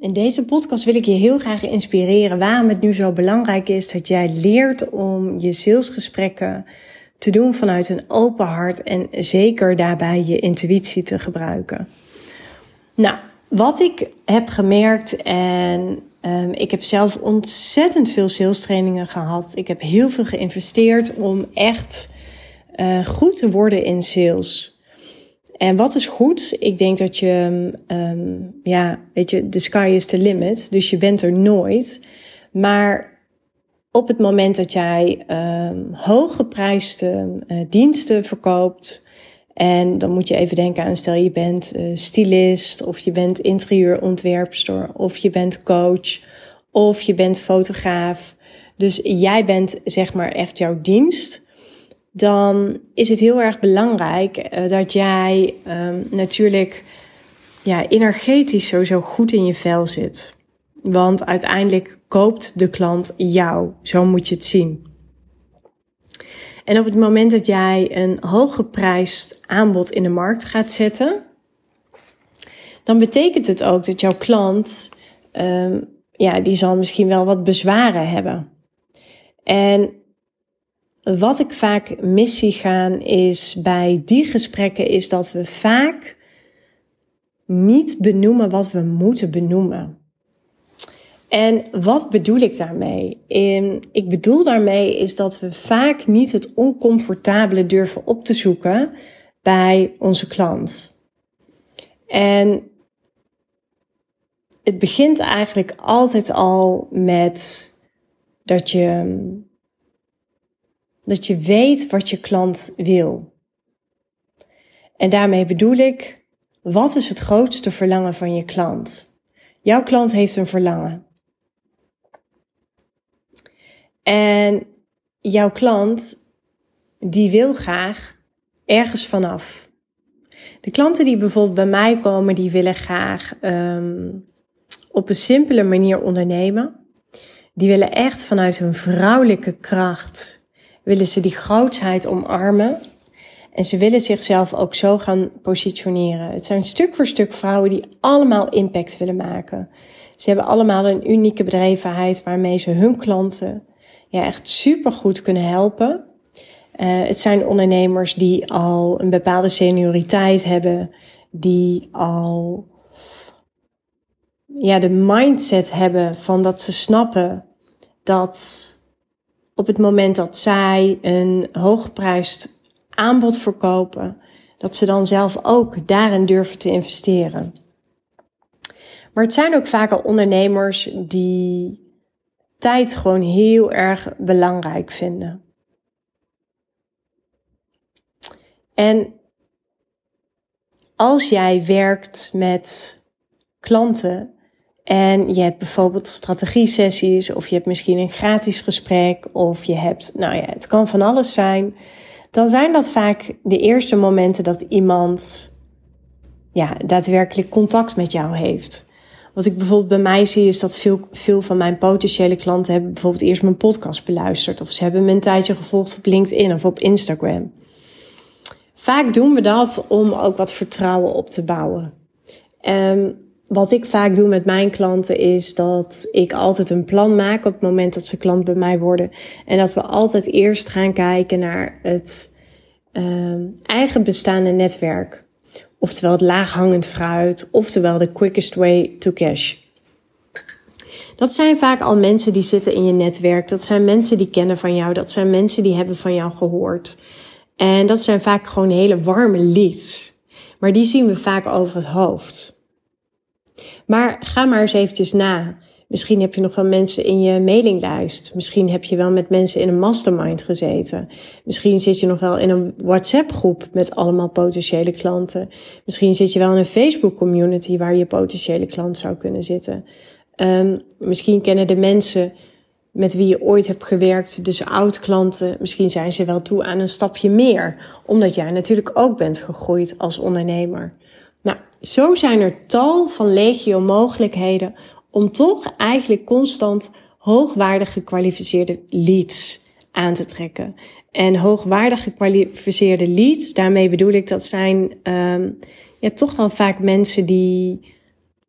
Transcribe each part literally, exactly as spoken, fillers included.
In deze podcast wil ik je heel graag inspireren waarom het nu zo belangrijk is dat jij leert om je salesgesprekken te doen vanuit een open hart en zeker daarbij je intuïtie te gebruiken. Nou, wat ik heb gemerkt en um, ik heb zelf ontzettend veel sales trainingen gehad. Ik heb heel veel geïnvesteerd om echt uh, goed te worden in sales. En wat is goed? Ik denk dat je, um, ja, weet je, the sky is the limit. Dus je bent er nooit. Maar op het moment dat jij um, hooggeprijsde uh, diensten verkoopt, en dan moet je even denken aan, stel je bent uh, stylist, of je bent interieurontwerpster, of je bent coach, of je bent fotograaf. Dus jij bent zeg maar echt jouw dienst. Dan is het heel erg belangrijk uh, dat jij um, natuurlijk ja, energetisch sowieso goed in je vel zit. Want uiteindelijk koopt de klant jou. Zo moet je het zien. En op het moment dat jij een hooggeprijsd aanbod in de markt gaat zetten, dan betekent het ook dat jouw klant, um, ja, die zal misschien wel wat bezwaren hebben. En wat ik vaak mis zie gaan is bij die gesprekken is dat we vaak niet benoemen wat we moeten benoemen. En wat bedoel ik daarmee? Ik bedoel daarmee is dat we vaak niet het oncomfortabele durven op te zoeken bij onze klant. En het begint eigenlijk altijd al met dat je... Dat je weet wat je klant wil. En daarmee bedoel ik, wat is het grootste verlangen van je klant? Jouw klant heeft een verlangen. En jouw klant, die wil graag ergens vanaf. De klanten die bijvoorbeeld bij mij komen, die willen graag um, op een simpele manier ondernemen. Die willen echt vanuit hun vrouwelijke kracht willen ze die grootsheid omarmen. En ze willen zichzelf ook zo gaan positioneren. Het zijn stuk voor stuk vrouwen die allemaal impact willen maken. Ze hebben allemaal een unieke bedrijvigheid waarmee ze hun klanten ja, echt supergoed kunnen helpen. Uh, het zijn ondernemers die al een bepaalde senioriteit hebben. Die al ja, de mindset hebben van dat ze snappen dat op het moment dat zij een hooggeprijsd aanbod verkopen, dat ze dan zelf ook daarin durven te investeren. Maar het zijn ook vaak al ondernemers die tijd gewoon heel erg belangrijk vinden. En als jij werkt met klanten en je hebt bijvoorbeeld strategie-sessies, of je hebt misschien een gratis gesprek, of je hebt, nou ja, het kan van alles zijn. Dan zijn dat vaak de eerste momenten dat iemand ja, daadwerkelijk contact met jou heeft. Wat ik bijvoorbeeld bij mij zie is dat veel, veel van mijn potentiële klanten hebben bijvoorbeeld eerst mijn podcast beluisterd. Of ze hebben me een tijdje gevolgd op LinkedIn of op Instagram. Vaak doen we dat om ook wat vertrouwen op te bouwen. Um, Wat ik vaak doe met mijn klanten is dat ik altijd een plan maak op het moment dat ze klant bij mij worden. En dat we altijd eerst gaan kijken naar het uh, eigen bestaande netwerk. Oftewel het laaghangend fruit, oftewel de quickest way to cash. Dat zijn vaak al mensen die zitten in je netwerk. Dat zijn mensen die kennen van jou. Dat zijn mensen die hebben van jou gehoord. En dat zijn vaak gewoon hele warme leads. Maar die zien we vaak over het hoofd. Maar ga maar eens eventjes na. Misschien heb je nog wel mensen in je mailinglijst. Misschien heb je wel met mensen in een mastermind gezeten. Misschien zit je nog wel in een WhatsApp-groep met allemaal potentiële klanten. Misschien zit je wel in een Facebook-community waar je potentiële klant zou kunnen zitten. Um, misschien kennen de mensen met wie je ooit hebt gewerkt, dus oud-klanten, misschien zijn ze wel toe aan een stapje meer. Omdat jij natuurlijk ook bent gegroeid als ondernemer. Nou, zo zijn er tal van legio mogelijkheden om toch eigenlijk constant hoogwaardig gekwalificeerde leads aan te trekken. En hoogwaardig gekwalificeerde leads, daarmee bedoel ik dat zijn um, ja, toch wel vaak mensen die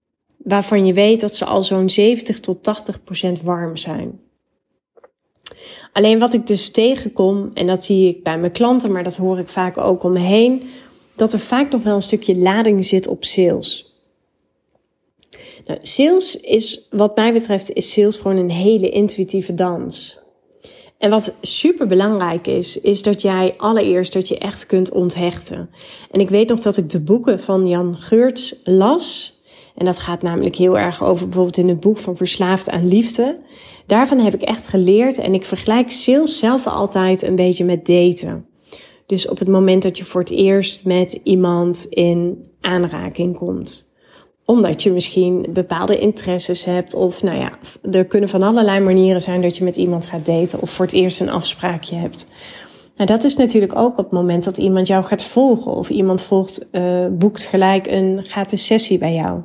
waarvan je weet dat ze al zo'n zeventig tot tachtig procent warm zijn. Alleen wat ik dus tegenkom, en dat zie ik bij mijn klanten, maar dat hoor ik vaak ook om me heen, dat er vaak nog wel een stukje lading zit op sales. Nou, sales is, wat mij betreft, is sales gewoon een hele intuïtieve dans. En wat super belangrijk is, is dat jij allereerst dat je echt kunt onthechten. En ik weet nog dat ik de boeken van Jan Geurts las. En dat gaat namelijk heel erg over bijvoorbeeld in het boek van Verslaafd aan Liefde. Daarvan heb ik echt geleerd en ik vergelijk sales zelf altijd een beetje met daten. Dus op het moment dat je voor het eerst met iemand in aanraking komt. Omdat je misschien bepaalde interesses hebt of nou ja, er kunnen van allerlei manieren zijn dat je met iemand gaat daten of voor het eerst een afspraakje hebt. Nou, dat is natuurlijk ook op het moment dat iemand jou gaat volgen of iemand volgt, uh, boekt gelijk een gratis sessie bij jou.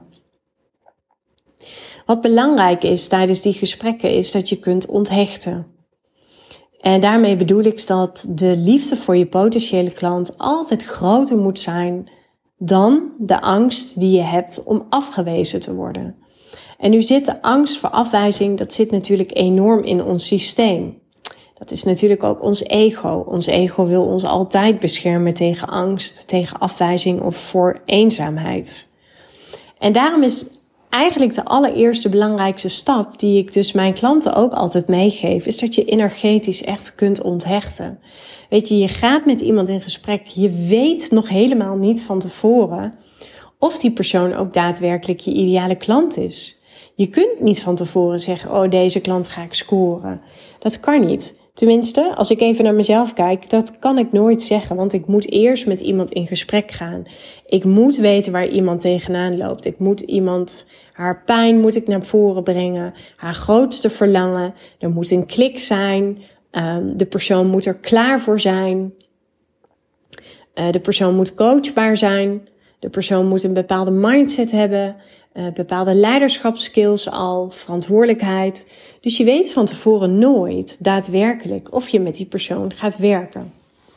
Wat belangrijk is tijdens die gesprekken is dat je kunt onthechten. En daarmee bedoel ik dat de liefde voor je potentiële klant altijd groter moet zijn dan de angst die je hebt om afgewezen te worden. En nu zit de angst voor afwijzing, dat zit natuurlijk enorm in ons systeem. Dat is natuurlijk ook ons ego. Ons ego wil ons altijd beschermen tegen angst, tegen afwijzing of voor eenzaamheid. En daarom is eigenlijk de allereerste belangrijkste stap die ik dus mijn klanten ook altijd meegeef, is dat je energetisch echt kunt onthechten. Weet je, je gaat met iemand in gesprek, je weet nog helemaal niet van tevoren of die persoon ook daadwerkelijk je ideale klant is. Je kunt niet van tevoren zeggen, oh deze klant ga ik scoren. Dat kan niet. Tenminste, als ik even naar mezelf kijk, dat kan ik nooit zeggen, want ik moet eerst met iemand in gesprek gaan. Ik moet weten waar iemand tegenaan loopt. Ik moet iemand, haar pijn moet ik naar voren brengen, haar grootste verlangen. Er moet een klik zijn, um, de persoon moet er klaar voor zijn. Uh, de persoon moet coachbaar zijn, de persoon moet een bepaalde mindset hebben, uh, bepaalde leiderschapskills al, verantwoordelijkheid. Dus je weet van tevoren nooit daadwerkelijk of je met die persoon gaat werken.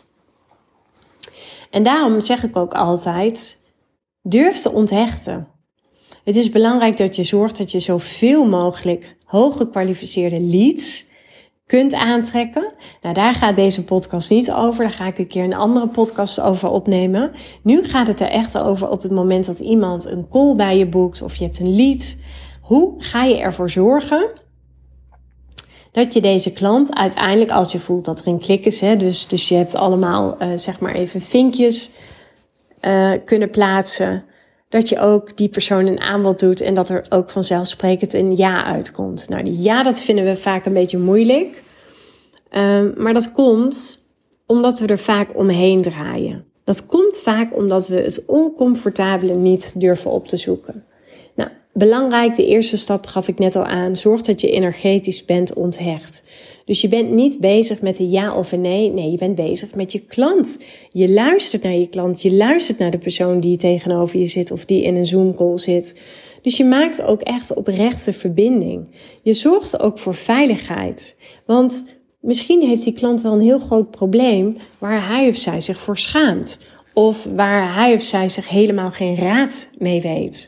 En daarom zeg ik ook altijd, durf te onthechten. Het is belangrijk dat je zorgt dat je zoveel mogelijk hooggekwalificeerde leads kunt aantrekken. Nou, daar gaat deze podcast niet over. Daar ga ik een keer een andere podcast over opnemen. Nu gaat het er echt over op het moment dat iemand een call bij je boekt of je hebt een lead. Hoe ga je ervoor zorgen dat je deze klant uiteindelijk, als je voelt dat er een klik is, hè, dus, dus je hebt allemaal uh, zeg maar even vinkjes uh, kunnen plaatsen, dat je ook die persoon een aanbod doet en dat er ook vanzelfsprekend een ja uitkomt. Nou, die ja, dat vinden we vaak een beetje moeilijk. Uh, maar dat komt omdat we er vaak omheen draaien. Dat komt vaak omdat we het oncomfortabele niet durven op te zoeken. Nou, belangrijk, de eerste stap gaf ik net al aan. Zorg dat je energetisch bent onthecht. Dus je bent niet bezig met een ja of een nee. Nee, je bent bezig met je klant. Je luistert naar je klant. Je luistert naar de persoon die tegenover je zit of die in een Zoom-call zit. Dus je maakt ook echt oprechte verbinding. Je zorgt ook voor veiligheid. Want misschien heeft die klant wel een heel groot probleem waar hij of zij zich voor schaamt. Of waar hij of zij zich helemaal geen raad mee weet.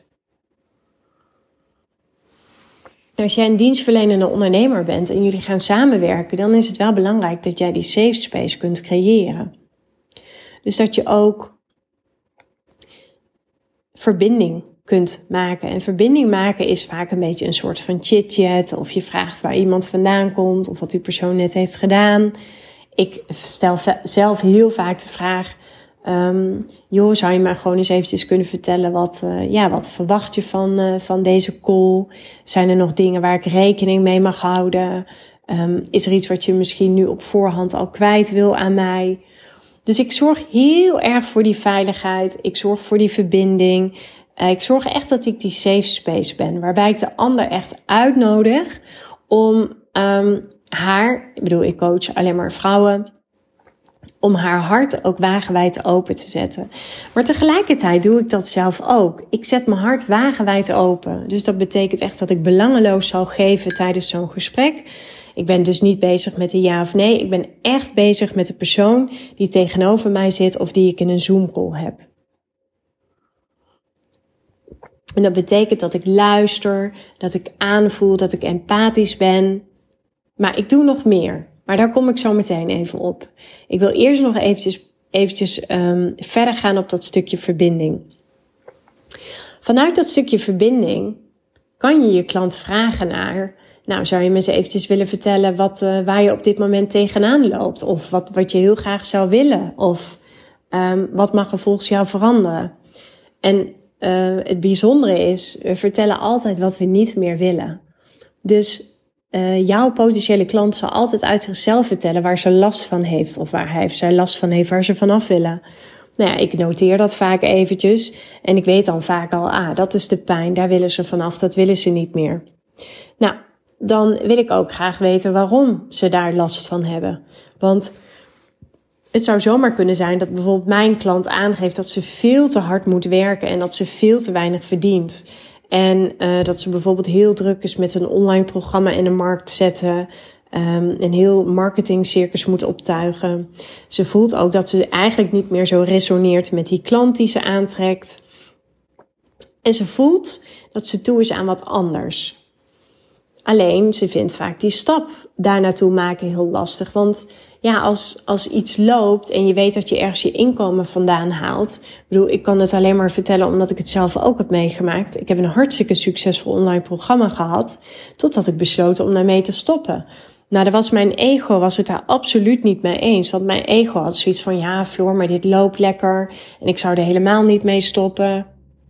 Als jij een dienstverlenende ondernemer bent en jullie gaan samenwerken, dan is het wel belangrijk dat jij die safe space kunt creëren. Dus dat je ook verbinding kunt maken. En verbinding maken is vaak een beetje een soort van chit-chat, of je vraagt waar iemand vandaan komt of wat die persoon net heeft gedaan. Ik stel zelf heel vaak de vraag, Um, joh, zou je mij gewoon eens eventjes kunnen vertellen wat, uh, ja, wat verwacht je van, uh, van deze call? Zijn er nog dingen waar ik rekening mee mag houden? Um, is er iets wat je misschien nu op voorhand al kwijt wil aan mij? Dus ik zorg heel erg voor die veiligheid. Ik zorg voor die verbinding. Uh, ik zorg echt dat ik die safe space ben, waarbij ik de ander echt uitnodig om um, haar, ik bedoel, ik coach alleen maar vrouwen, om haar hart ook wagenwijd open te zetten. Maar tegelijkertijd doe ik dat zelf ook. Ik zet mijn hart wagenwijd open. Dus dat betekent echt dat ik belangeloos zal geven tijdens zo'n gesprek. Ik ben dus niet bezig met een ja of nee. Ik ben echt bezig met de persoon die tegenover mij zit of die ik in een Zoom-call heb. En dat betekent dat ik luister, dat ik aanvoel, dat ik empathisch ben. Maar ik doe nog meer. Maar daar kom ik zo meteen even op. Ik wil eerst nog eventjes, eventjes um, verder gaan op dat stukje verbinding. Vanuit dat stukje verbinding kan je je klant vragen naar... Nou, zou je me eens eventjes willen vertellen wat, uh, waar je op dit moment tegenaan loopt? Of wat, wat je heel graag zou willen? Of um, wat mag er volgens jou veranderen? En uh, het bijzondere is, we vertellen altijd wat we niet meer willen. Dus uh, jouw potentiële klant zal altijd uit zichzelf vertellen waar ze last van heeft. Of waar hij of zij last van heeft, waar ze vanaf willen. Nou ja, ik noteer dat vaak eventjes. En ik weet dan vaak al, ah, dat is de pijn, daar willen ze vanaf, dat willen ze niet meer. Nou, dan wil ik ook graag weten waarom ze daar last van hebben. Want het zou zomaar kunnen zijn dat bijvoorbeeld mijn klant aangeeft dat ze veel te hard moet werken en dat ze veel te weinig verdient. En uh, dat ze bijvoorbeeld heel druk is met een online programma in de markt zetten. Um, een heel marketingcircus moet optuigen. Ze voelt ook dat ze eigenlijk niet meer zo resoneert met die klant die ze aantrekt. En ze voelt dat ze toe is aan wat anders. Alleen, ze vindt vaak die stap daar naartoe maken heel lastig. Want ja, als, als iets loopt en je weet dat je ergens je inkomen vandaan haalt. Ik bedoel, ik kan het alleen maar vertellen omdat ik het zelf ook heb meegemaakt. Ik heb een hartstikke succesvol online programma gehad. Totdat ik besloten om daarmee te stoppen. Nou, daar was mijn ego was het daar absoluut niet mee eens. Want mijn ego had zoiets van, ja Floor, maar dit loopt lekker. En ik zou er helemaal niet mee stoppen.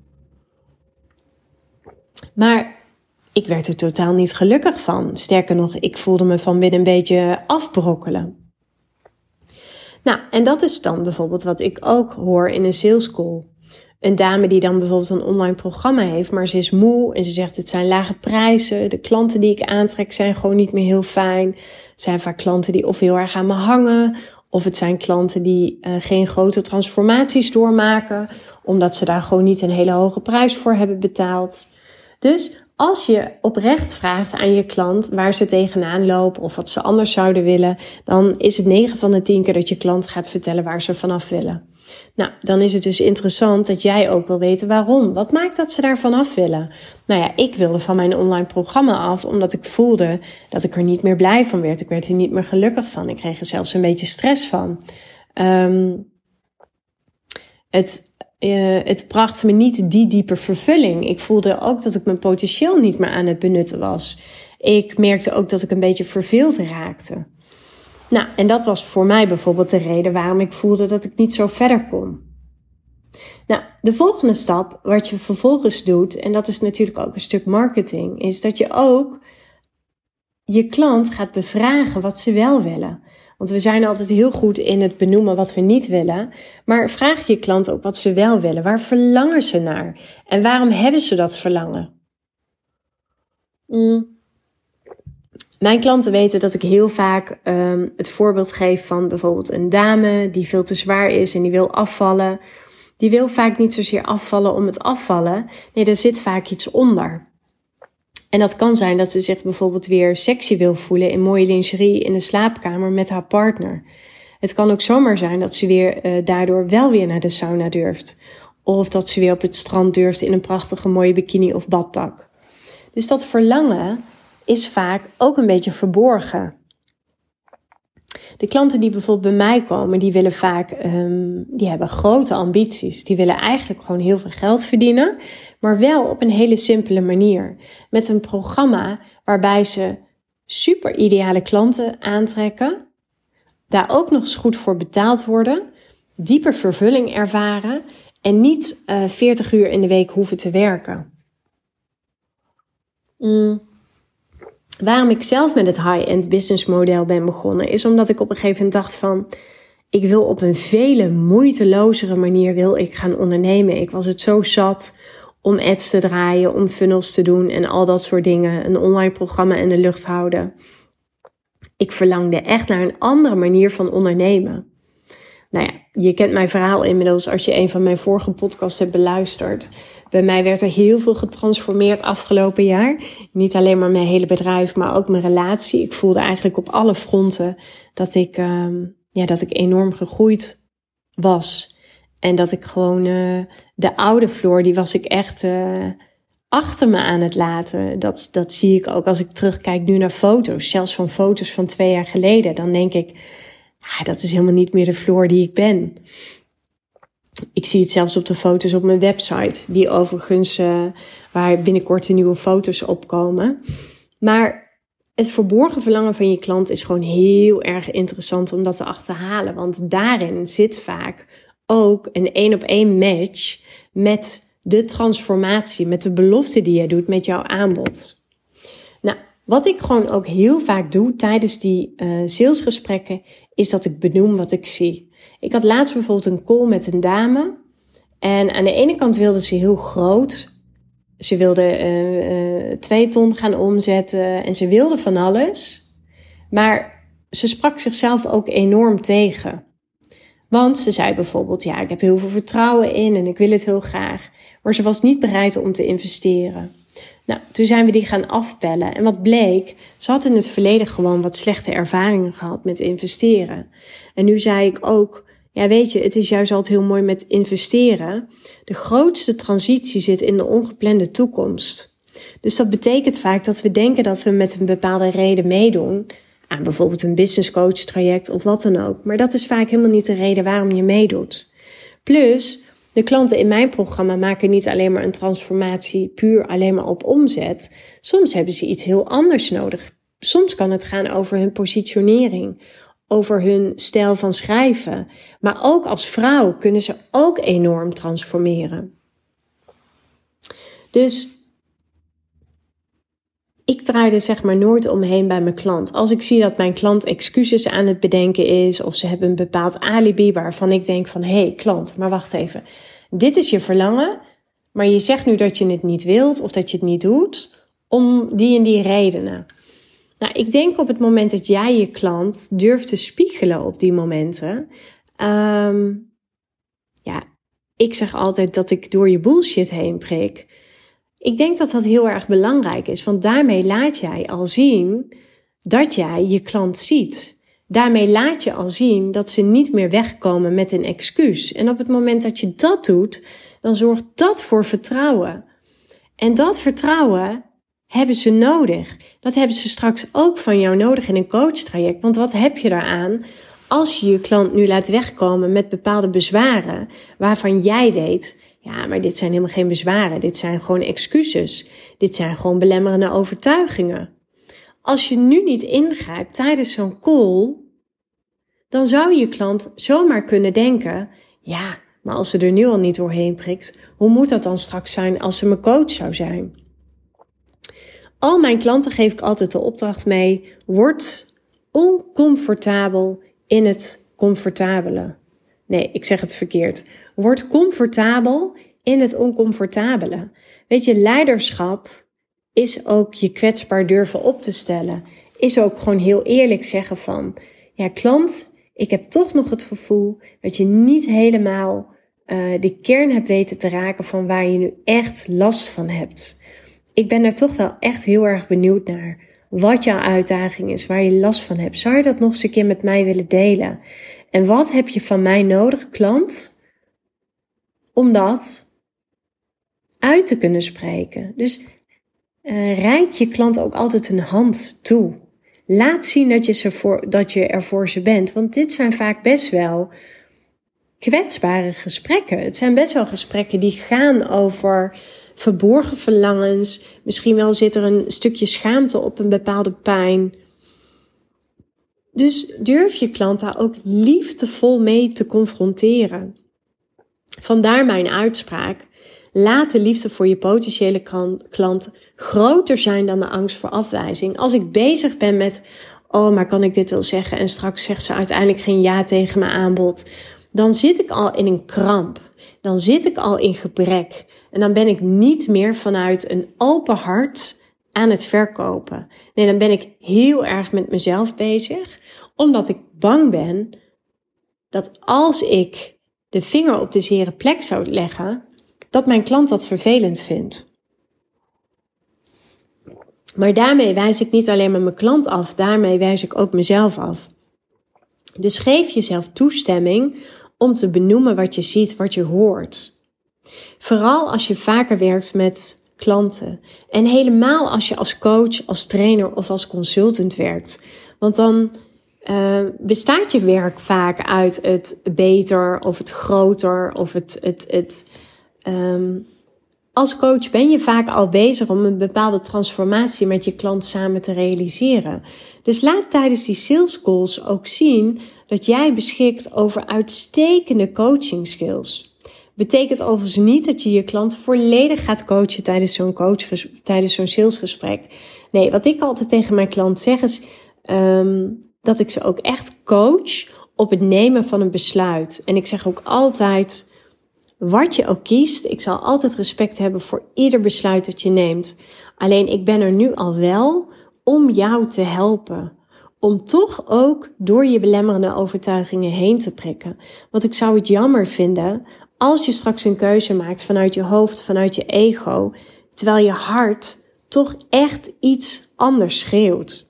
Maar ik werd er totaal niet gelukkig van. Sterker nog, ik voelde me van binnen een beetje afbrokkelen. Nou, en dat is dan bijvoorbeeld wat ik ook hoor in een sales call. Een dame die dan bijvoorbeeld een online programma heeft, maar ze is moe en ze zegt het zijn lage prijzen. De klanten die ik aantrek zijn gewoon niet meer heel fijn. Het zijn vaak klanten die of heel erg aan me hangen, of het zijn klanten die uh, geen grote transformaties doormaken, omdat ze daar gewoon niet een hele hoge prijs voor hebben betaald. Dus als je oprecht vraagt aan je klant waar ze tegenaan lopen of wat ze anders zouden willen, dan is het negen van de tien keer dat je klant gaat vertellen waar ze vanaf willen. Nou, dan is het dus interessant dat jij ook wil weten waarom. Wat maakt dat ze daar vanaf willen? Nou ja, ik wilde van mijn online programma af omdat ik voelde dat ik er niet meer blij van werd. Ik werd er niet meer gelukkig van. Ik kreeg er zelfs een beetje stress van. Um, het... Uh, het bracht me niet die diepe vervulling. Ik voelde ook dat ik mijn potentieel niet meer aan het benutten was. Ik merkte ook dat ik een beetje verveeld raakte. Nou, en dat was voor mij bijvoorbeeld de reden waarom ik voelde dat ik niet zo verder kon. Nou, de volgende stap, wat je vervolgens doet, en dat is natuurlijk ook een stuk marketing, is dat je ook je klant gaat bevragen wat ze wel willen. Want we zijn altijd heel goed in het benoemen wat we niet willen. Maar vraag je klant ook wat ze wel willen. Waar verlangen ze naar? En waarom hebben ze dat verlangen? Mm. Mijn klanten weten dat ik heel vaak um, het voorbeeld geef van bijvoorbeeld een dame die veel te zwaar is en die wil afvallen. Die wil vaak niet zozeer afvallen om het afvallen. Nee, er zit vaak iets onder. En dat kan zijn dat ze zich bijvoorbeeld weer sexy wil voelen in mooie lingerie in de slaapkamer met haar partner. Het kan ook zomaar zijn dat ze weer uh, daardoor wel weer naar de sauna durft. Of dat ze weer op het strand durft in een prachtige mooie bikini of badpak. Dus dat verlangen is vaak ook een beetje verborgen. De klanten die bijvoorbeeld bij mij komen, die willen vaak, um, die hebben grote ambities. Die willen eigenlijk gewoon heel veel geld verdienen, maar wel op een hele simpele manier. Met een programma waarbij ze super ideale klanten aantrekken, daar ook nog eens goed voor betaald worden, diepe vervulling ervaren en niet uh, veertig uur in de week hoeven te werken. Mm. Waarom ik zelf met het high-end business model ben begonnen, is omdat ik op een gegeven moment dacht van, ik wil op een vele moeitelozere manier wil ik gaan ondernemen. Ik was het zo zat om ads te draaien, om funnels te doen en al dat soort dingen. Een online programma in de lucht houden. Ik verlangde echt naar een andere manier van ondernemen. Nou ja, je kent mijn verhaal inmiddels als je een van mijn vorige podcasts hebt beluisterd. Bij mij werd er heel veel getransformeerd afgelopen jaar. Niet alleen maar mijn hele bedrijf, maar ook mijn relatie. Ik voelde eigenlijk op alle fronten dat ik, uh, ja, dat ik enorm gegroeid was. En dat ik gewoon uh, de oude Floor, die was ik echt, uh, achter me aan het laten. Dat, dat zie ik ook als ik terugkijk nu naar foto's. Zelfs van foto's van twee jaar geleden. Dan denk ik, ah, dat is helemaal niet meer de Floor die ik ben. Ik zie het zelfs op de foto's op mijn website. Die overigens, uh, waar binnenkort de nieuwe foto's opkomen. Maar het verborgen verlangen van je klant is gewoon heel erg interessant om dat te achterhalen. Want daarin zit vaak ook een één op één match met de transformatie, met de belofte die jij doet met jouw aanbod. Nou, wat ik gewoon ook heel vaak doe tijdens die uh, salesgesprekken, is dat ik benoem wat ik zie. Ik had laatst bijvoorbeeld een call met een dame. En aan de ene kant wilde ze heel groot. Ze wilde uh, uh, twee ton gaan omzetten en ze wilde van alles. Maar ze sprak zichzelf ook enorm tegen. Want ze zei bijvoorbeeld, ja, ik heb heel veel vertrouwen in en ik wil het heel graag. Maar ze was niet bereid om te investeren. Nou, toen zijn we die gaan afpellen. En wat bleek, ze had in het verleden gewoon wat slechte ervaringen gehad met investeren. En nu zei ik ook, ja weet je, het is juist altijd heel mooi met investeren. De grootste transitie zit in de ongeplande toekomst. Dus dat betekent vaak dat we denken dat we met een bepaalde reden meedoen. Aan bijvoorbeeld een business coach traject of wat dan ook. Maar dat is vaak helemaal niet de reden waarom je meedoet. Plus, de klanten in mijn programma maken niet alleen maar een transformatie puur alleen maar op omzet. Soms hebben ze iets heel anders nodig. Soms kan het gaan over hun positionering, over hun stijl van schrijven. Maar ook als vrouw kunnen ze ook enorm transformeren. Dus ik draai er zeg maar nooit omheen bij mijn klant. Als ik zie dat mijn klant excuses aan het bedenken is, of ze hebben een bepaald alibi waarvan ik denk van, hé hey, klant, maar wacht even. Dit is je verlangen, maar je zegt nu dat je het niet wilt of dat je het niet doet, om die en die redenen. Nou, ik denk op het moment dat jij je klant durft te spiegelen op die momenten. Um, ja, ik zeg altijd dat ik door je bullshit heen prik. Ik denk dat dat heel erg belangrijk is, want daarmee laat jij al zien dat jij je klant ziet. Daarmee laat je al zien dat ze niet meer wegkomen met een excuus. En op het moment dat je dat doet, dan zorgt dat voor vertrouwen. En dat vertrouwen hebben ze nodig. Dat hebben ze straks ook van jou nodig in een coachtraject. Want wat heb je daaraan als je je klant nu laat wegkomen met bepaalde bezwaren waarvan jij weet, ja, maar dit zijn helemaal geen bezwaren. Dit zijn gewoon excuses. Dit zijn gewoon belemmerende overtuigingen. Als je nu niet ingrijpt tijdens zo'n call, dan zou je klant zomaar kunnen denken, ja, maar als ze er nu al niet doorheen prikt, hoe moet dat dan straks zijn als ze mijn coach zou zijn? Al mijn klanten geef ik altijd de opdracht mee, word oncomfortabel in het comfortabele. Nee, ik zeg het verkeerd. Word comfortabel in het oncomfortabele. Weet je, leiderschap is ook je kwetsbaar durven op te stellen. Is ook gewoon heel eerlijk zeggen van, ja klant, ik heb toch nog het gevoel dat je niet helemaal uh, de kern hebt weten te raken van waar je nu echt last van hebt. Ik ben daar toch wel echt heel erg benieuwd naar. Wat jouw uitdaging is, waar je last van hebt. Zou je dat nog eens een keer met mij willen delen? En wat heb je van mij nodig, klant, om dat uit te kunnen spreken? Dus uh, reik je klant ook altijd een hand toe. Laat zien dat je, ze voor, dat je er voor ze bent. Want dit zijn vaak best wel kwetsbare gesprekken. Het zijn best wel gesprekken die gaan over verborgen verlangens. Misschien wel zit er een stukje schaamte op een bepaalde pijn. Dus durf je klant daar ook liefdevol mee te confronteren. Vandaar mijn uitspraak. Laat de liefde voor je potentiële klant groter zijn dan de angst voor afwijzing. Als ik bezig ben met, oh, maar kan ik dit wel zeggen? En straks zegt ze uiteindelijk geen ja tegen mijn aanbod. Dan zit ik al in een kramp. Dan zit ik al in gebrek. En dan ben ik niet meer vanuit een open hart aan het verkopen. Nee, dan ben ik heel erg met mezelf bezig. Omdat ik bang ben dat als ik de vinger op de zere plek zou leggen, dat mijn klant dat vervelend vindt. Maar daarmee wijs ik niet alleen maar mijn klant af, daarmee wijs ik ook mezelf af. Dus geef jezelf toestemming om te benoemen wat je ziet, wat je hoort. Vooral als je vaker werkt met klanten. En helemaal als je als coach, als trainer of als consultant werkt. Want dan uh, bestaat je werk vaak uit het beter of het groter of het... het, het um, als coach ben je vaak al bezig om een bepaalde transformatie met je klant samen te realiseren. Dus laat tijdens die sales calls ook zien dat jij beschikt over uitstekende coaching skills. Betekent overigens niet dat je je klant volledig gaat coachen tijdens zo'n coach, tijdens zo'n salesgesprek. Nee, wat ik altijd tegen mijn klant zeg is um, dat ik ze ook echt coach op het nemen van een besluit. En ik zeg ook altijd, wat je ook kiest, ik zal altijd respect hebben voor ieder besluit dat je neemt. Alleen ik ben er nu al wel om jou te helpen. Om toch ook door je belemmerende overtuigingen heen te prikken. Want ik zou het jammer vinden als je straks een keuze maakt vanuit je hoofd, vanuit je ego, terwijl je hart toch echt iets anders schreeuwt.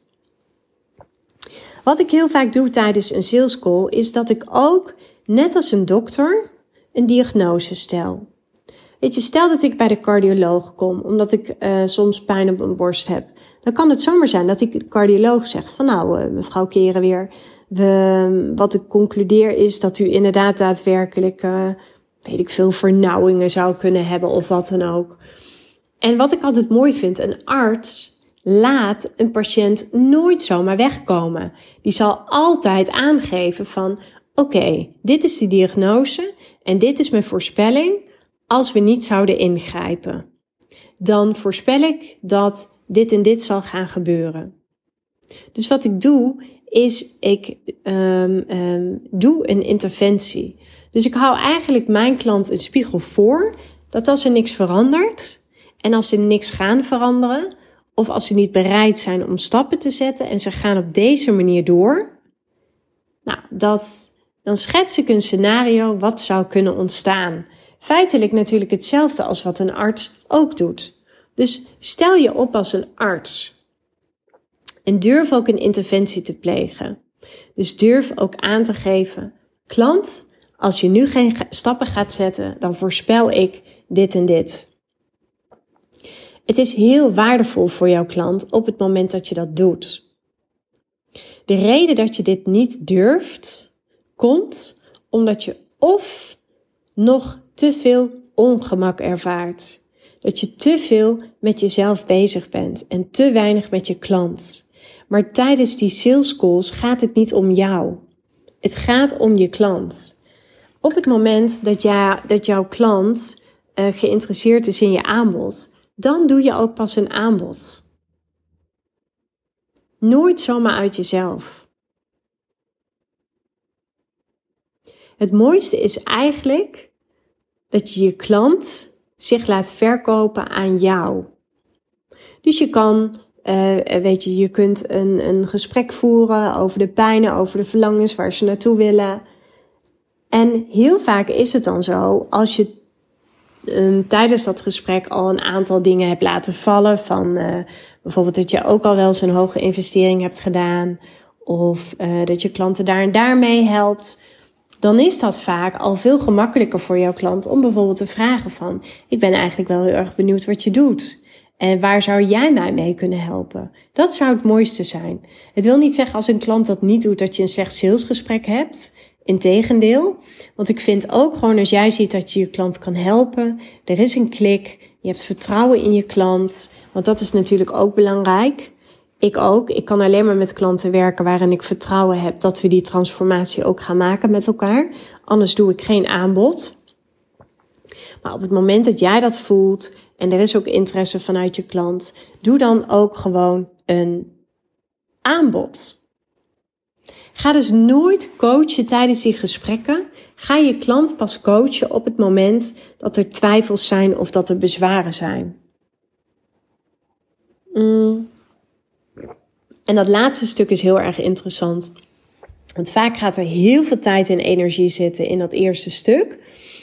Wat ik heel vaak doe tijdens een sales call is dat ik ook, net als een dokter, een diagnose stel. Weet je, stel dat ik bij de cardioloog kom, omdat ik uh, soms pijn op mijn borst heb. Dan kan het zomaar zijn dat ik de cardioloog zegt van nou, uh, mevrouw Kerenweer, we, wat ik concludeer is dat u inderdaad daadwerkelijk, uh, weet ik veel, vernauwingen zou kunnen hebben of wat dan ook. En wat ik altijd mooi vind, een arts laat een patiënt nooit zomaar wegkomen. Die zal altijd aangeven van oké, okay, dit is de diagnose en dit is mijn voorspelling als we niet zouden ingrijpen. Dan voorspel ik dat dit en dit zal gaan gebeuren. Dus wat ik doe, is ik um, um, doe een interventie. Dus ik hou eigenlijk mijn klant een spiegel voor, dat als er niks verandert en als ze niks gaan veranderen, of als ze niet bereid zijn om stappen te zetten en ze gaan op deze manier door, nou, dat, dan schets ik een scenario wat zou kunnen ontstaan. Feitelijk natuurlijk hetzelfde als wat een arts ook doet. Dus stel je op als een arts en durf ook een interventie te plegen. Dus durf ook aan te geven, klant, als je nu geen stappen gaat zetten, dan voorspel ik dit en dit. Het is heel waardevol voor jouw klant op het moment dat je dat doet. De reden dat je dit niet durft, komt omdat je of nog te veel ongemak ervaart. Dat je te veel met jezelf bezig bent en te weinig met je klant. Maar tijdens die sales calls gaat het niet om jou. Het gaat om je klant. Op het moment dat, jij, dat jouw klant uh, geïnteresseerd is in je aanbod, dan doe je ook pas een aanbod. Nooit zomaar uit jezelf. Het mooiste is eigenlijk dat je je klant zich laat verkopen aan jou. Dus je kan, uh, weet je, je kunt een, een gesprek voeren over de pijnen, over de verlangens, waar ze naartoe willen. En heel vaak is het dan zo, als je um, tijdens dat gesprek al een aantal dingen hebt laten vallen, van uh, bijvoorbeeld dat je ook al wel eens een hoge investering hebt gedaan, of uh, dat je klanten daar en daar mee helpt, dan is dat vaak al veel gemakkelijker voor jouw klant om bijvoorbeeld te vragen van, ik ben eigenlijk wel heel erg benieuwd wat je doet. En waar zou jij mij mee kunnen helpen? Dat zou het mooiste zijn. Het wil niet zeggen als een klant dat niet doet dat je een slecht salesgesprek hebt. Integendeel. Want ik vind ook gewoon als jij ziet dat je je klant kan helpen. Er is een klik. Je hebt vertrouwen in je klant. Want dat is natuurlijk ook belangrijk. Ik ook. Ik kan alleen maar met klanten werken waarin ik vertrouwen heb dat we die transformatie ook gaan maken met elkaar. Anders doe ik geen aanbod. Maar op het moment dat jij dat voelt en er is ook interesse vanuit je klant, doe dan ook gewoon een aanbod. Ga dus nooit coachen tijdens die gesprekken. Ga je klant pas coachen op het moment dat er twijfels zijn of dat er bezwaren zijn. Mm. En dat laatste stuk is heel erg interessant. Want vaak gaat er heel veel tijd en energie zitten in dat eerste stuk.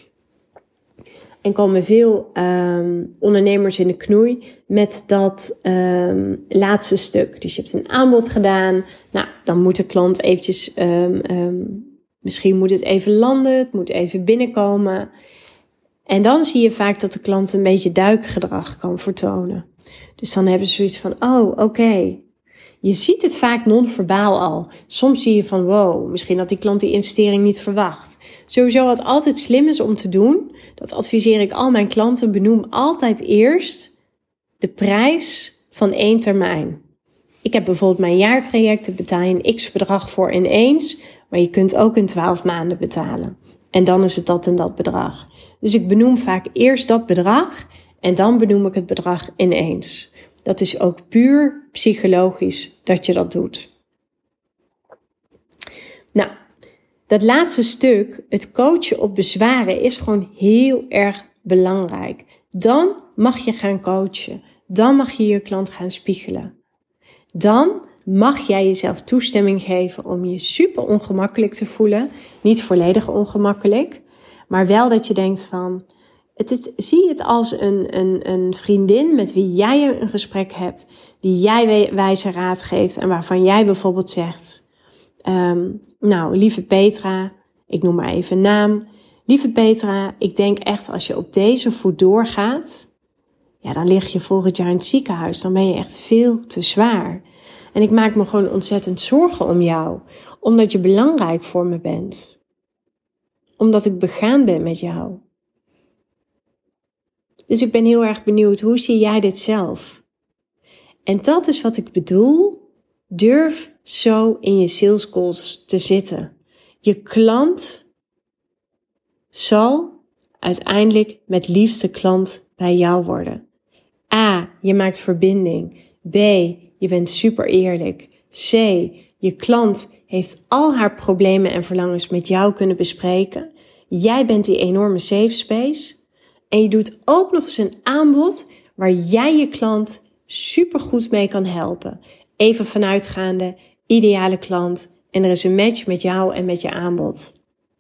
En komen veel um, ondernemers in de knoei met dat um, laatste stuk. Dus je hebt een aanbod gedaan. Nou, dan moet de klant eventjes, um, um, misschien moet het even landen. Het moet even binnenkomen. En dan zie je vaak dat de klant een beetje duikgedrag kan vertonen. Dus dan hebben ze zoiets van, oh, oké. Okay. Je ziet het vaak non-verbaal al. Soms zie je van, wow, misschien had die klant die investering niet verwacht. Sowieso wat altijd slim is om te doen, dat adviseer ik al mijn klanten, benoem altijd eerst de prijs van één termijn. Ik heb bijvoorbeeld mijn jaartrajecten, betaal je een x bedrag voor ineens, maar je kunt ook in twaalf maanden betalen. En dan is het dat en dat bedrag. Dus ik benoem vaak eerst dat bedrag en dan benoem ik het bedrag ineens. Dat is ook puur psychologisch dat je dat doet. Nou, dat laatste stuk, het coachen op bezwaren, is gewoon heel erg belangrijk. Dan mag je gaan coachen. Dan mag je je klant gaan spiegelen. Dan mag jij jezelf toestemming geven om je super ongemakkelijk te voelen. Niet volledig ongemakkelijk, maar wel dat je denkt van, het is, zie het als een, een, een vriendin met wie jij een gesprek hebt, die jij wijze raad geeft en waarvan jij bijvoorbeeld zegt, um, nou, lieve Petra, ik noem maar even een naam. Lieve Petra, ik denk echt als je op deze voet doorgaat, ja, dan lig je volgend jaar in het ziekenhuis. Dan ben je echt veel te zwaar. En ik maak me gewoon ontzettend zorgen om jou, omdat je belangrijk voor me bent. Omdat ik begaan ben met jou. Dus ik ben heel erg benieuwd, hoe zie jij dit zelf? En dat is wat ik bedoel. Durf zo in je sales calls te zitten. Je klant zal uiteindelijk met liefde klant bij jou worden. A, je maakt verbinding. B, je bent super eerlijk. C, je klant heeft al haar problemen en verlangens met jou kunnen bespreken. Jij bent die enorme safe space. En je doet ook nog eens een aanbod waar jij je klant super goed mee kan helpen. Even vanuitgaande, ideale klant. En er is een match met jou en met je aanbod.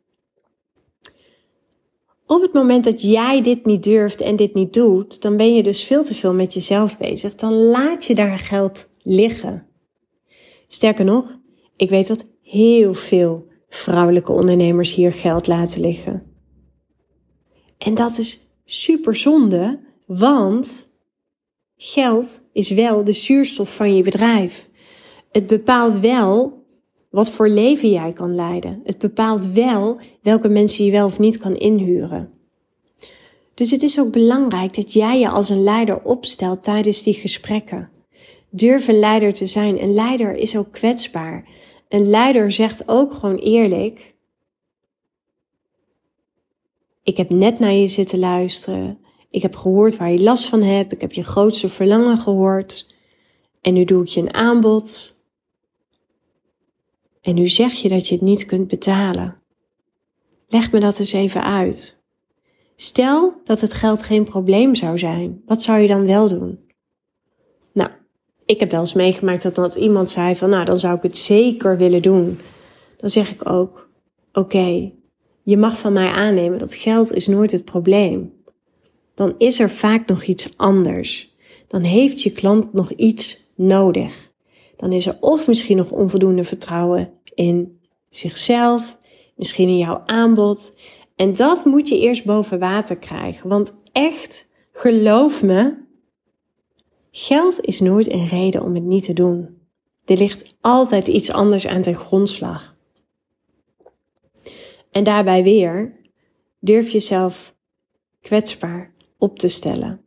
Op het moment dat jij dit niet durft en dit niet doet, dan ben je dus veel te veel met jezelf bezig. Dan laat je daar geld liggen. Sterker nog, ik weet dat heel veel vrouwelijke ondernemers hier geld laten liggen. En dat is super zonde, want geld is wel de zuurstof van je bedrijf. Het bepaalt wel wat voor leven jij kan leiden. Het bepaalt wel welke mensen je wel of niet kan inhuren. Dus het is ook belangrijk dat jij je als een leider opstelt tijdens die gesprekken. Durf een leider te zijn. Een leider is ook kwetsbaar. Een leider zegt ook gewoon eerlijk, ik heb net naar je zitten luisteren. Ik heb gehoord waar je last van hebt. Ik heb je grootste verlangen gehoord. En nu doe ik je een aanbod. En nu zeg je dat je het niet kunt betalen. Leg me dat eens even uit. Stel dat het geld geen probleem zou zijn. Wat zou je dan wel doen? Nou, ik heb wel eens meegemaakt dat, dat iemand zei van, nou, dan zou ik het zeker willen doen. Dan zeg ik ook, oké, okay, je mag van mij aannemen dat geld is nooit het probleem. Dan is er vaak nog iets anders. Dan heeft je klant nog iets nodig. Dan is er of misschien nog onvoldoende vertrouwen in zichzelf, misschien in jouw aanbod. En dat moet je eerst boven water krijgen. Want echt, geloof me, geld is nooit een reden om het niet te doen. Er ligt altijd iets anders aan ten grondslag. En daarbij weer, durf jezelf kwetsbaar op te stellen.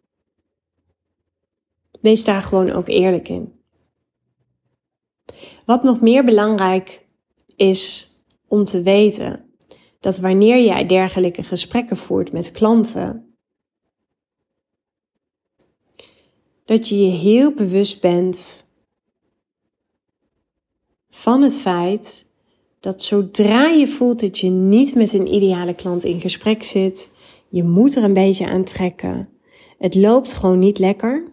Wees daar gewoon ook eerlijk in. Wat nog meer belangrijk is om te weten, dat wanneer jij dergelijke gesprekken voert met klanten, dat je je heel bewust bent van het feit dat zodra je voelt dat je niet met een ideale klant in gesprek zit, je moet er een beetje aan trekken, het loopt gewoon niet lekker,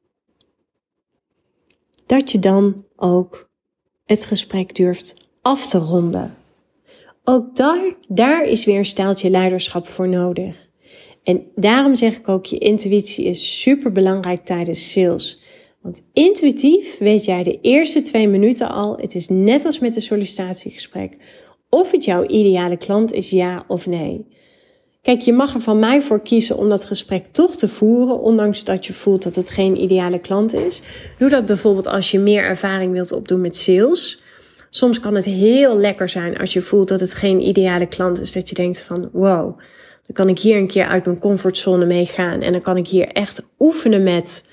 dat je dan ook het gesprek durft af te ronden. Ook daar, daar is weer een staaltje leiderschap voor nodig. En daarom zeg ik ook, je intuïtie is super belangrijk tijdens sales. Want intuïtief weet jij de eerste twee minuten al, het is net als met een sollicitatiegesprek, of het jouw ideale klant is, ja of nee. Kijk, je mag er van mij voor kiezen om dat gesprek toch te voeren, ondanks dat je voelt dat het geen ideale klant is. Doe dat bijvoorbeeld als je meer ervaring wilt opdoen met sales. Soms kan het heel lekker zijn als je voelt dat het geen ideale klant is. Dat je denkt van wow, dan kan ik hier een keer uit mijn comfortzone mee gaan. En dan kan ik hier echt oefenen met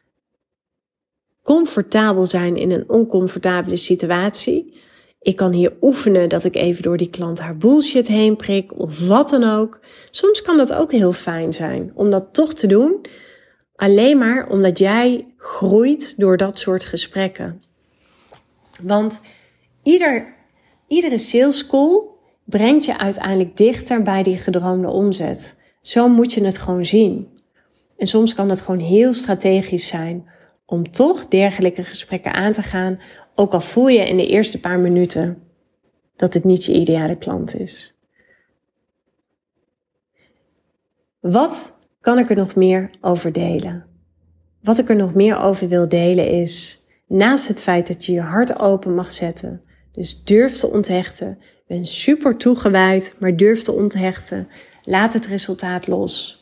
comfortabel zijn in een oncomfortabele situatie. Ik kan hier oefenen dat ik even door die klant haar bullshit heen prik of wat dan ook. Soms kan dat ook heel fijn zijn om dat toch te doen. Alleen maar omdat jij groeit door dat soort gesprekken. Want ieder, iedere sales call brengt je uiteindelijk dichter bij die gedroomde omzet. Zo moet je het gewoon zien. En soms kan het gewoon heel strategisch zijn om toch dergelijke gesprekken aan te gaan, ook al voel je in de eerste paar minuten dat het niet je ideale klant is. Wat kan ik er nog meer over delen? Wat ik er nog meer over wil delen is, naast het feit dat je je hart open mag zetten, dus durf te onthechten, ben super toegewijd, maar durf te onthechten, laat het resultaat los.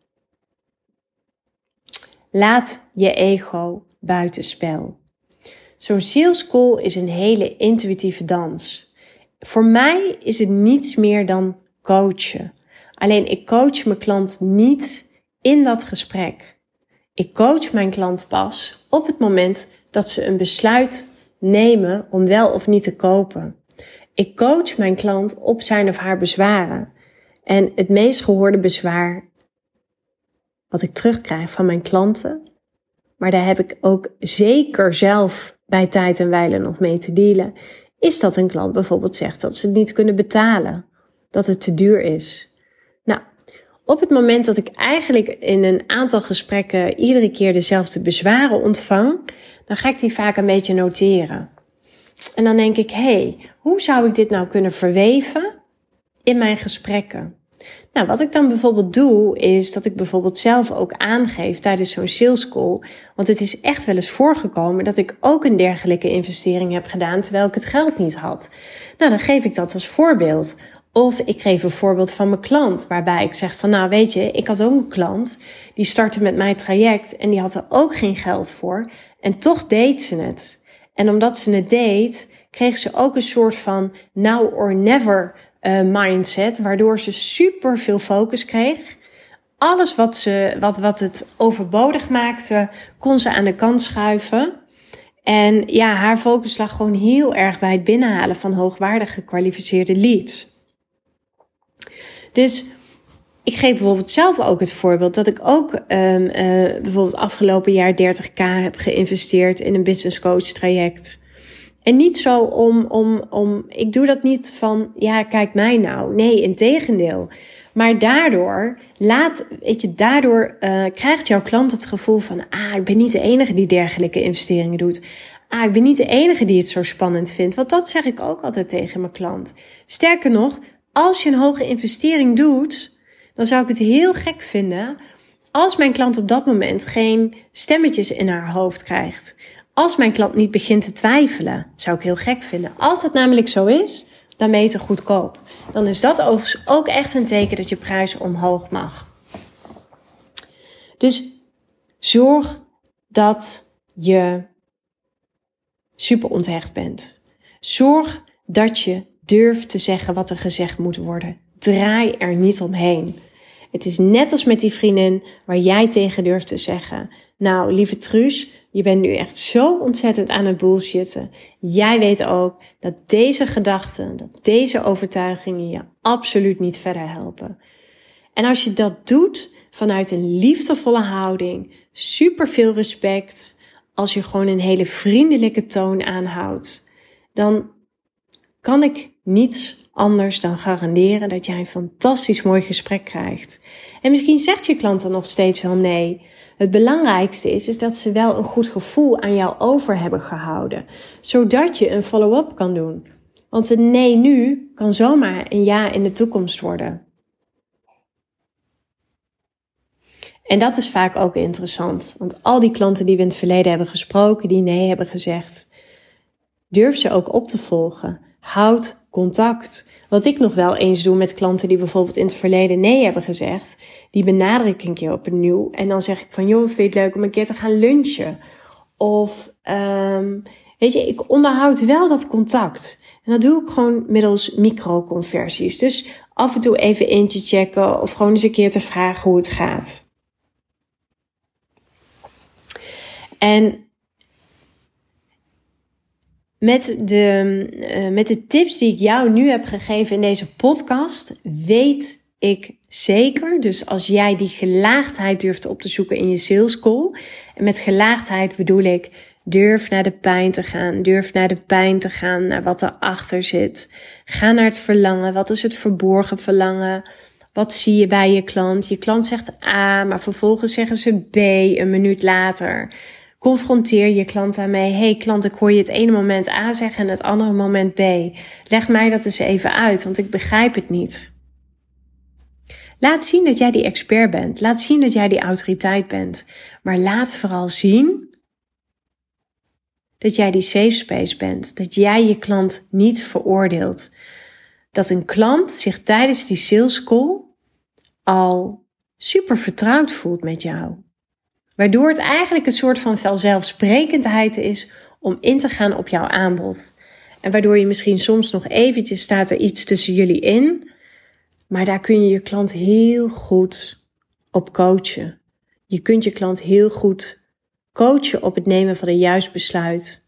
Laat je ego buitenspel. Zo'n sales call is een hele intuïtieve dans. Voor mij is het niets meer dan coachen. Alleen ik coach mijn klant niet in dat gesprek. Ik coach mijn klant pas op het moment dat ze een besluit nemen om wel of niet te kopen. Ik coach mijn klant op zijn of haar bezwaren. En het meest gehoorde bezwaar wat ik terugkrijg van mijn klanten, maar daar heb ik ook zeker zelf bij tijd en wijle nog mee te dealen, is dat een klant bijvoorbeeld zegt dat ze het niet kunnen betalen, dat het te duur is. Nou, op het moment dat ik eigenlijk in een aantal gesprekken iedere keer dezelfde bezwaren ontvang, dan ga ik die vaak een beetje noteren. En dan denk ik, hé, hey, hoe zou ik dit nou kunnen verweven in mijn gesprekken? Nou, wat ik dan bijvoorbeeld doe, is dat ik bijvoorbeeld zelf ook aangeef tijdens zo'n sales call, want het is echt wel eens voorgekomen dat ik ook een dergelijke investering heb gedaan terwijl ik het geld niet had. Nou, dan geef ik dat als voorbeeld. Of ik geef een voorbeeld van mijn klant, waarbij ik zeg van, nou weet je, ik had ook een klant, die startte met mijn traject en die had er ook geen geld voor en toch deed ze het. En omdat ze het deed, kreeg ze ook een soort van now or never uh, mindset, waardoor ze super veel focus kreeg. Alles wat, ze, wat, wat het overbodig maakte, kon ze aan de kant schuiven. En ja, haar focus lag gewoon heel erg bij het binnenhalen van hoogwaardig gekwalificeerde leads. Dus ik geef bijvoorbeeld zelf ook het voorbeeld dat ik ook um, uh, bijvoorbeeld afgelopen jaar dertig k heb geïnvesteerd in een business coach traject. En niet zo om, om, om, ik doe dat niet van, ja, kijk mij nou. Nee, integendeel. Maar daardoor, laat, weet je, daardoor uh, krijgt jouw klant het gevoel van, ah, ik ben niet de enige die dergelijke investeringen doet. Ah, ik ben niet de enige die het zo spannend vindt. Want dat zeg ik ook altijd tegen mijn klant. Sterker nog, als je een hoge investering doet, dan zou ik het heel gek vinden als mijn klant op dat moment geen stemmetjes in haar hoofd krijgt. Als mijn klant niet begint te twijfelen, zou ik heel gek vinden. Als dat namelijk zo is, dan ben je te goedkoop. Dan is dat ook echt een teken dat je prijs omhoog mag. Dus zorg dat je super onthecht bent. Zorg dat je durft te zeggen wat er gezegd moet worden. Draai er niet omheen. Het is net als met die vriendin waar jij tegen durft te zeggen, nou, lieve Truus, je bent nu echt zo ontzettend aan het bullshitten. Jij weet ook dat deze gedachten, dat deze overtuigingen je absoluut niet verder helpen. En als je dat doet vanuit een liefdevolle houding, super veel respect, als je gewoon een hele vriendelijke toon aanhoudt, dan kan ik niets anders dan garanderen dat jij een fantastisch mooi gesprek krijgt. En misschien zegt je klant dan nog steeds wel nee. Het belangrijkste is, is dat ze wel een goed gevoel aan jou over hebben gehouden. Zodat je een follow-up kan doen. Want een nee nu kan zomaar een ja in de toekomst worden. En dat is vaak ook interessant. Want al die klanten die we in het verleden hebben gesproken, die nee hebben gezegd, durf ze ook op te volgen. Houd contact. Wat ik nog wel eens doe met klanten die bijvoorbeeld in het verleden nee hebben gezegd, die benadruk ik een keer opnieuw. En dan zeg ik van, joh, vind je het leuk om een keer te gaan lunchen? Of, um, weet je, ik onderhoud wel dat contact. En dat doe ik gewoon middels microconversies. Dus af en toe even in te checken of gewoon eens een keer te vragen hoe het gaat. En met de, uh, met de tips die ik jou nu heb gegeven in deze podcast, weet ik zeker. Dus als jij die gelaagdheid durft op te zoeken in je sales call. En met gelaagdheid bedoel ik, durf naar de pijn te gaan. Durf naar de pijn te gaan, naar wat erachter zit. Ga naar het verlangen. Wat is het verborgen verlangen? Wat zie je bij je klant? Je klant zegt A, maar vervolgens zeggen ze B een minuut later. Confronteer je klant daarmee. Hey klant, ik hoor je het ene moment A zeggen en het andere moment B. Leg mij dat eens even uit, want ik begrijp het niet. Laat zien dat jij die expert bent. Laat zien dat jij die autoriteit bent. Maar laat vooral zien dat jij die safe space bent. Dat jij je klant niet veroordeelt. Dat een klant zich tijdens die sales call al super vertrouwd voelt met jou. Waardoor het eigenlijk een soort van vanzelfsprekendheid is om in te gaan op jouw aanbod. En waardoor je misschien soms nog eventjes staat er iets tussen jullie in. Maar daar kun je je klant heel goed op coachen. Je kunt je klant heel goed coachen op het nemen van een juist besluit.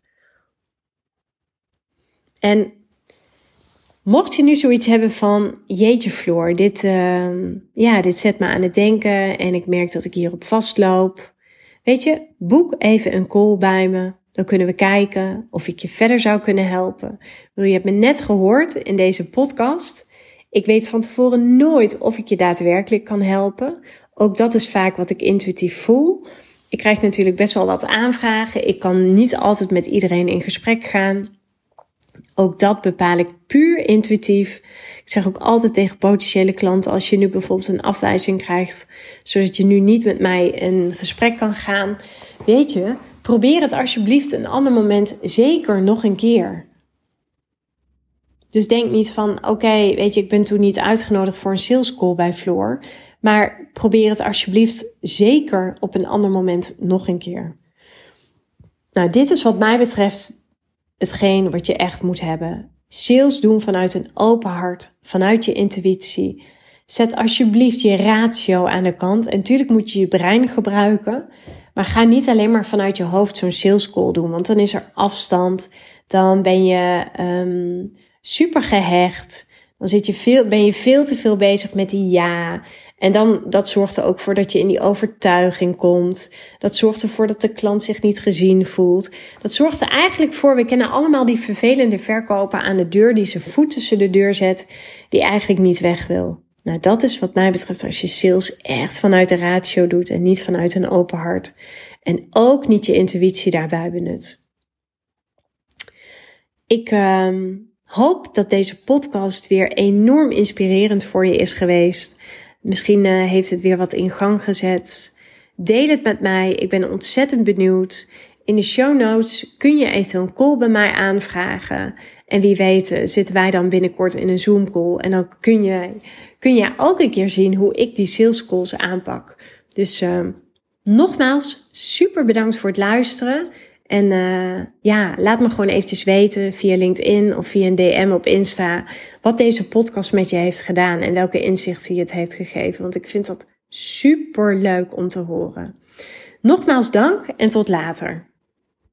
En mocht je nu zoiets hebben van, jeetje Floor, dit, uh, ja, dit zet me aan het denken en ik merk dat ik hierop vastloop. Weet je, boek even een call bij me. Dan kunnen we kijken of ik je verder zou kunnen helpen. Je hebt me net gehoord in deze podcast. Ik weet van tevoren nooit of ik je daadwerkelijk kan helpen. Ook dat is vaak wat ik intuïtief voel. Ik krijg natuurlijk best wel wat aanvragen. Ik kan niet altijd met iedereen in gesprek gaan. Ook dat bepaal ik puur intuïtief. Ik zeg ook altijd tegen potentiële klanten, als je nu bijvoorbeeld een afwijzing krijgt, zodat je nu niet met mij een gesprek kan gaan. Weet je, probeer het alsjeblieft een ander moment zeker nog een keer. Dus denk niet van, oké, okay, weet je, ik ben toen niet uitgenodigd voor een sales call bij Floor. Maar probeer het alsjeblieft zeker op een ander moment nog een keer. Nou, dit is wat mij betreft hetgeen wat je echt moet hebben. Sales doen vanuit een open hart, vanuit je intuïtie. Zet alsjeblieft je ratio aan de kant. En natuurlijk moet je je brein gebruiken. Maar ga niet alleen maar vanuit je hoofd zo'n sales call doen. Want dan is er afstand. Dan ben je um, super gehecht. Dan zit je veel, ben je veel te veel bezig met die ja. En dan, dat zorgt er ook voor dat je in die overtuiging komt. Dat zorgt ervoor dat de klant zich niet gezien voelt. Dat zorgt er eigenlijk voor, we kennen allemaal die vervelende verkoper aan de deur, die zijn voet tussen de deur zet, die eigenlijk niet weg wil. Nou, dat is wat mij betreft als je sales echt vanuit de ratio doet en niet vanuit een open hart. En ook niet je intuïtie daarbij benut. Ik uh, hoop dat deze podcast weer enorm inspirerend voor je is geweest. Misschien uh, heeft het weer wat in gang gezet. Deel het met mij. Ik ben ontzettend benieuwd. In de show notes kun je eventueel een call bij mij aanvragen. En wie weet uh, zitten wij dan binnenkort in een Zoom call. En dan kun je, kun je ook een keer zien hoe ik die sales calls aanpak. Dus uh, nogmaals, super bedankt voor het luisteren. En uh, ja, laat me gewoon eventjes weten via LinkedIn of via een D M op Insta wat deze podcast met je heeft gedaan en welke inzichten je het heeft gegeven. Want ik vind dat super leuk om te horen. Nogmaals dank en tot later.